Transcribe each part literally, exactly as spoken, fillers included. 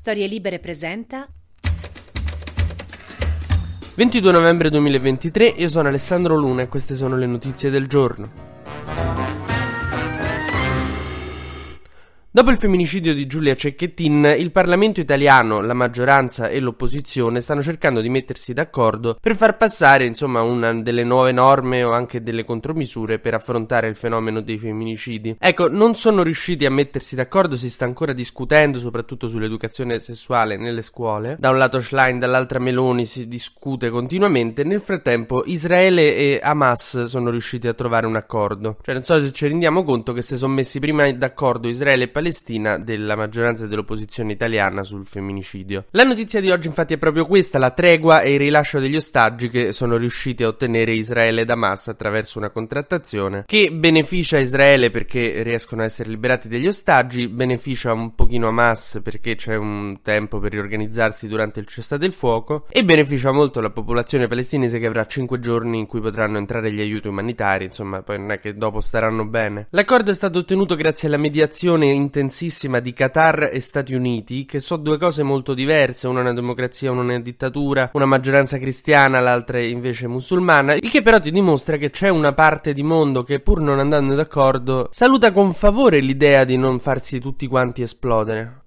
Storie Libere presenta ventidue novembre duemilaventitré, io sono Alessandro Luna e queste sono le notizie del giorno. Dopo il femminicidio di Giulia Cecchettin, il Parlamento italiano, la maggioranza e l'opposizione stanno cercando di mettersi d'accordo per far passare, insomma, una delle nuove norme o anche delle contromisure per affrontare il fenomeno dei femminicidi. Ecco, non sono riusciti a mettersi d'accordo, si sta ancora discutendo, soprattutto sull'educazione sessuale nelle scuole. Da un lato Schlein, dall'altra Meloni, si discute continuamente. Nel frattempo Israele e Hamas sono riusciti a trovare un accordo. Cioè, non so se ci rendiamo conto che si sono messi prima d'accordo Israele e Palestina della maggioranza dell'opposizione italiana sul femminicidio. La notizia di oggi infatti è proprio questa, la tregua e il rilascio degli ostaggi che sono riusciti a ottenere Israele ed Hamas attraverso una contrattazione che beneficia Israele perché riescono a essere liberati degli ostaggi, beneficia un pochino Hamas perché c'è un tempo per riorganizzarsi durante il cessate il fuoco e beneficia molto la popolazione palestinese che avrà cinque giorni in cui potranno entrare gli aiuti umanitari, insomma poi non è che dopo staranno bene. L'accordo è stato ottenuto grazie alla mediazione intensissima di Qatar e Stati Uniti, che sono due cose molto diverse, una è una democrazia, una è una dittatura, una maggioranza cristiana, l'altra è invece musulmana, il che però ti dimostra che c'è una parte di mondo che, pur non andando d'accordo, saluta con favore l'idea di non farsi tutti quanti esplodere.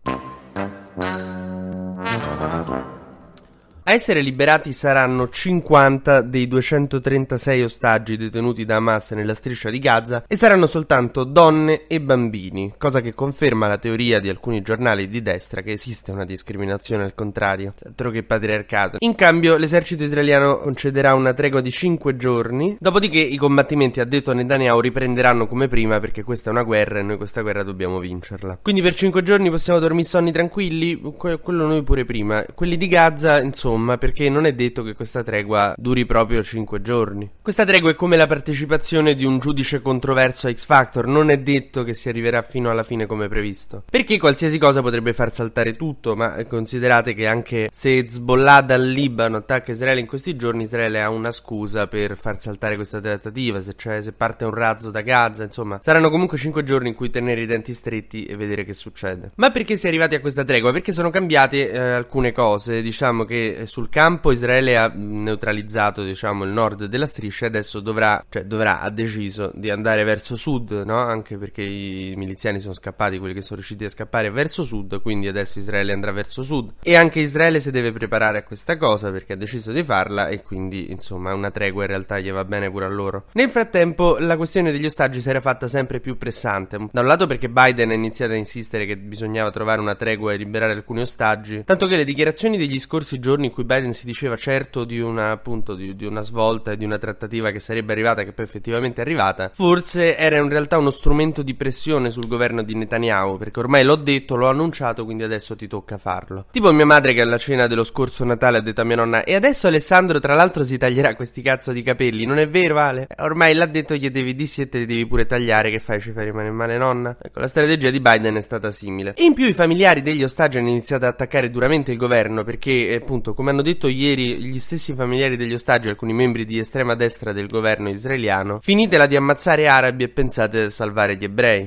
A essere liberati saranno cinquanta dei duecentotrentasei ostaggi detenuti da Hamas nella striscia di Gaza e saranno soltanto donne e bambini, cosa che conferma la teoria di alcuni giornali di destra che esiste una discriminazione al contrario, altro che patriarcato. In cambio l'esercito israeliano concederà una tregua di cinque giorni, dopodiché i combattimenti, ha detto Netanyahu, riprenderanno come prima perché questa è una guerra e noi questa guerra dobbiamo vincerla. Quindi per cinque giorni possiamo dormire sonni tranquilli, que- quello noi pure prima. Quelli di Gaza, insomma, perché non è detto che questa tregua duri proprio cinque giorni. Questa tregua è come la partecipazione di un giudice controverso a X Factor, non è detto che si arriverà fino alla fine come previsto, perché qualsiasi cosa potrebbe far saltare tutto, ma considerate che anche se Hezbollah dal Libano attacca Israele in questi giorni, Israele ha una scusa per far saltare questa trattativa, se, cioè, se parte un razzo da Gaza, insomma saranno comunque cinque giorni in cui tenere i denti stretti e vedere che succede. Ma perché si è arrivati a questa tregua? Perché sono cambiate eh, alcune cose, diciamo che sul campo Israele ha neutralizzato, diciamo, il nord della striscia e adesso dovrà, cioè dovrà, ha deciso di andare verso sud, no? Anche perché i miliziani sono scappati, quelli che sono riusciti a scappare verso sud, quindi adesso Israele andrà verso sud e anche Israele si deve preparare a questa cosa perché ha deciso di farla e quindi insomma una tregua in realtà gli va bene pure a loro. Nel frattempo la questione degli ostaggi si era fatta sempre più pressante, da un lato perché Biden ha iniziato a insistere che bisognava trovare una tregua e liberare alcuni ostaggi, tanto che le dichiarazioni degli scorsi giorni in cui Biden si diceva certo di una, appunto, di, di una svolta e di una trattativa che sarebbe arrivata, che poi effettivamente è arrivata, forse era in realtà uno strumento di pressione sul governo di Netanyahu, perché ormai l'ho detto, l'ho annunciato, quindi adesso ti tocca farlo. Tipo mia madre che alla cena dello scorso Natale ha detto a mia nonna: e adesso Alessandro tra l'altro si taglierà questi cazzo di capelli, non è vero Ale? Eh, ormai l'ha detto, gli devi dissi e te li devi pure tagliare, che fai, ci fai rimanere male nonna? Ecco, la strategia di Biden è stata simile. E in più i familiari degli ostaggi hanno iniziato ad attaccare duramente il governo perché, appunto, come hanno detto ieri gli stessi familiari degli ostaggi, alcuni membri di estrema destra del governo israeliano, finitela di ammazzare arabi e pensate a salvare gli ebrei.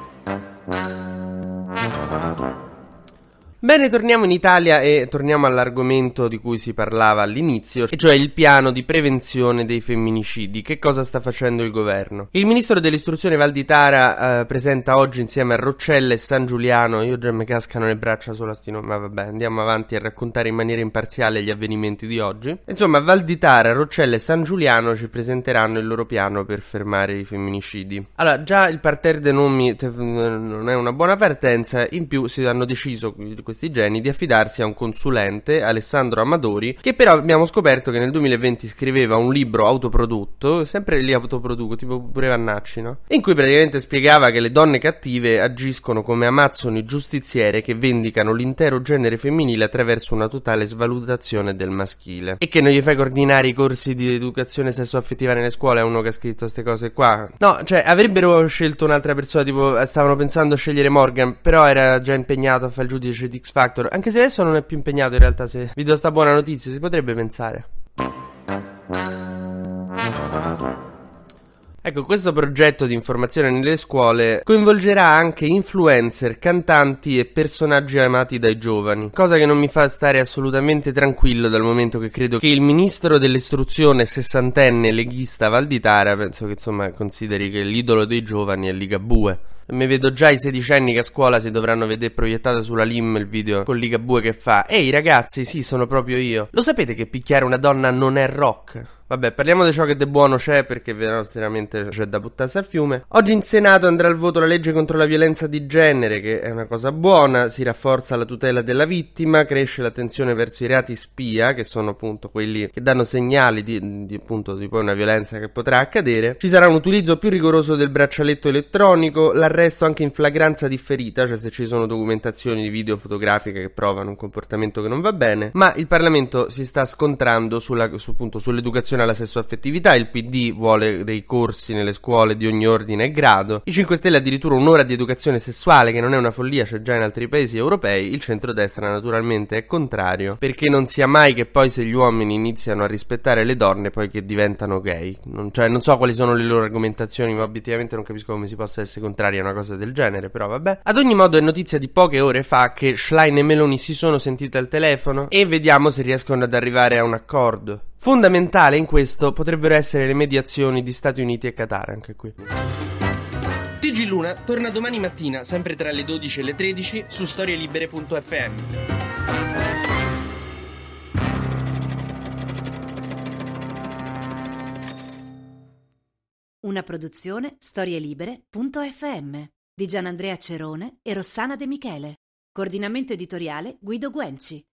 Bene, torniamo in Italia e torniamo all'argomento di cui si parlava all'inizio, e cioè il piano di prevenzione dei femminicidi. Che cosa sta facendo il governo? Il ministro dell'istruzione Valditara eh, presenta oggi insieme a Roccella e San Giuliano, io già mi cascano le braccia solo a sti nomi, ma vabbè, andiamo avanti a raccontare in maniera imparziale gli avvenimenti di oggi. Insomma, Valditara, Roccella e San Giuliano ci presenteranno il loro piano per fermare i femminicidi. Allora, già il parterre dei nomi te, non è una buona partenza, in più si hanno deciso questi geni di affidarsi a un consulente, Alessandro Amadori, che però abbiamo scoperto che nel duemilaventi scriveva un libro autoprodotto, sempre lì autoproduco, tipo pure Vannacci, no? In cui praticamente spiegava che le donne cattive agiscono come amazzoni giustiziere che vendicano l'intero genere femminile attraverso una totale svalutazione del maschile. E che non gli fai coordinare i corsi di educazione sessuo-affettiva nelle scuole a uno che ha scritto queste cose qua? No, cioè avrebbero scelto un'altra persona, tipo stavano pensando a scegliere Morgan, però era già impegnato a fare il giudice di X Factor, anche se adesso non è più impegnato in realtà, se vi do sta buona notizia, si potrebbe pensare. Ecco, questo progetto di informazione nelle scuole coinvolgerà anche influencer, cantanti e personaggi amati dai giovani, cosa che non mi fa stare assolutamente tranquillo, dal momento che credo che il ministro dell'istruzione sessantenne leghista Valditara, penso che insomma consideri che l'idolo dei giovani è Ligabue. Mi vedo già i sedicenni che a scuola si dovranno vedere proiettata sulla L I M il video con Ligabue che fa: ehi ragazzi, sì, sono proprio io. Lo sapete che picchiare una donna non è rock? Vabbè, parliamo di ciò che di buono c'è, perché veramente c'è da buttarsi al fiume. Oggi in Senato andrà al voto la legge contro la violenza di genere, che è una cosa buona. Si rafforza la tutela della vittima, cresce l'attenzione verso i reati spia, che sono appunto quelli che danno segnali di, di appunto di poi una violenza che potrà accadere. Ci sarà un utilizzo più rigoroso del braccialetto elettronico, l'arresto anche in flagranza differita, cioè se ci sono documentazioni di video fotografiche che provano un comportamento che non va bene. Ma il Parlamento si sta scontrando sulla, su, appunto, sull'educazione alla sessuaffettività. Il P D vuole dei corsi nelle scuole di ogni ordine e grado, i cinque Stelle addirittura un'ora di educazione sessuale, che non è una follia, c'è già in altri paesi europei. Il centrodestra naturalmente è contrario, perché non sia mai che poi se gli uomini iniziano a rispettare le donne poi che diventano gay. Non, cioè non so quali sono le loro argomentazioni, ma obiettivamente non capisco come si possa essere contrari a una cosa del genere, però vabbè. Ad ogni modo è notizia di poche ore fa che Schlein e Meloni si sono sentite al telefono e vediamo se riescono ad arrivare a un accordo. Fondamentale in questo potrebbero essere le mediazioni di Stati Uniti e Qatar, anche qui. T G Luna torna domani mattina, sempre tra le dodici e le tredici, su storielibere punto effe emme. Una produzione storielibere punto effe emme di Gianandrea Cerone e Rossana De Michele. Coordinamento editoriale Guido Guenci.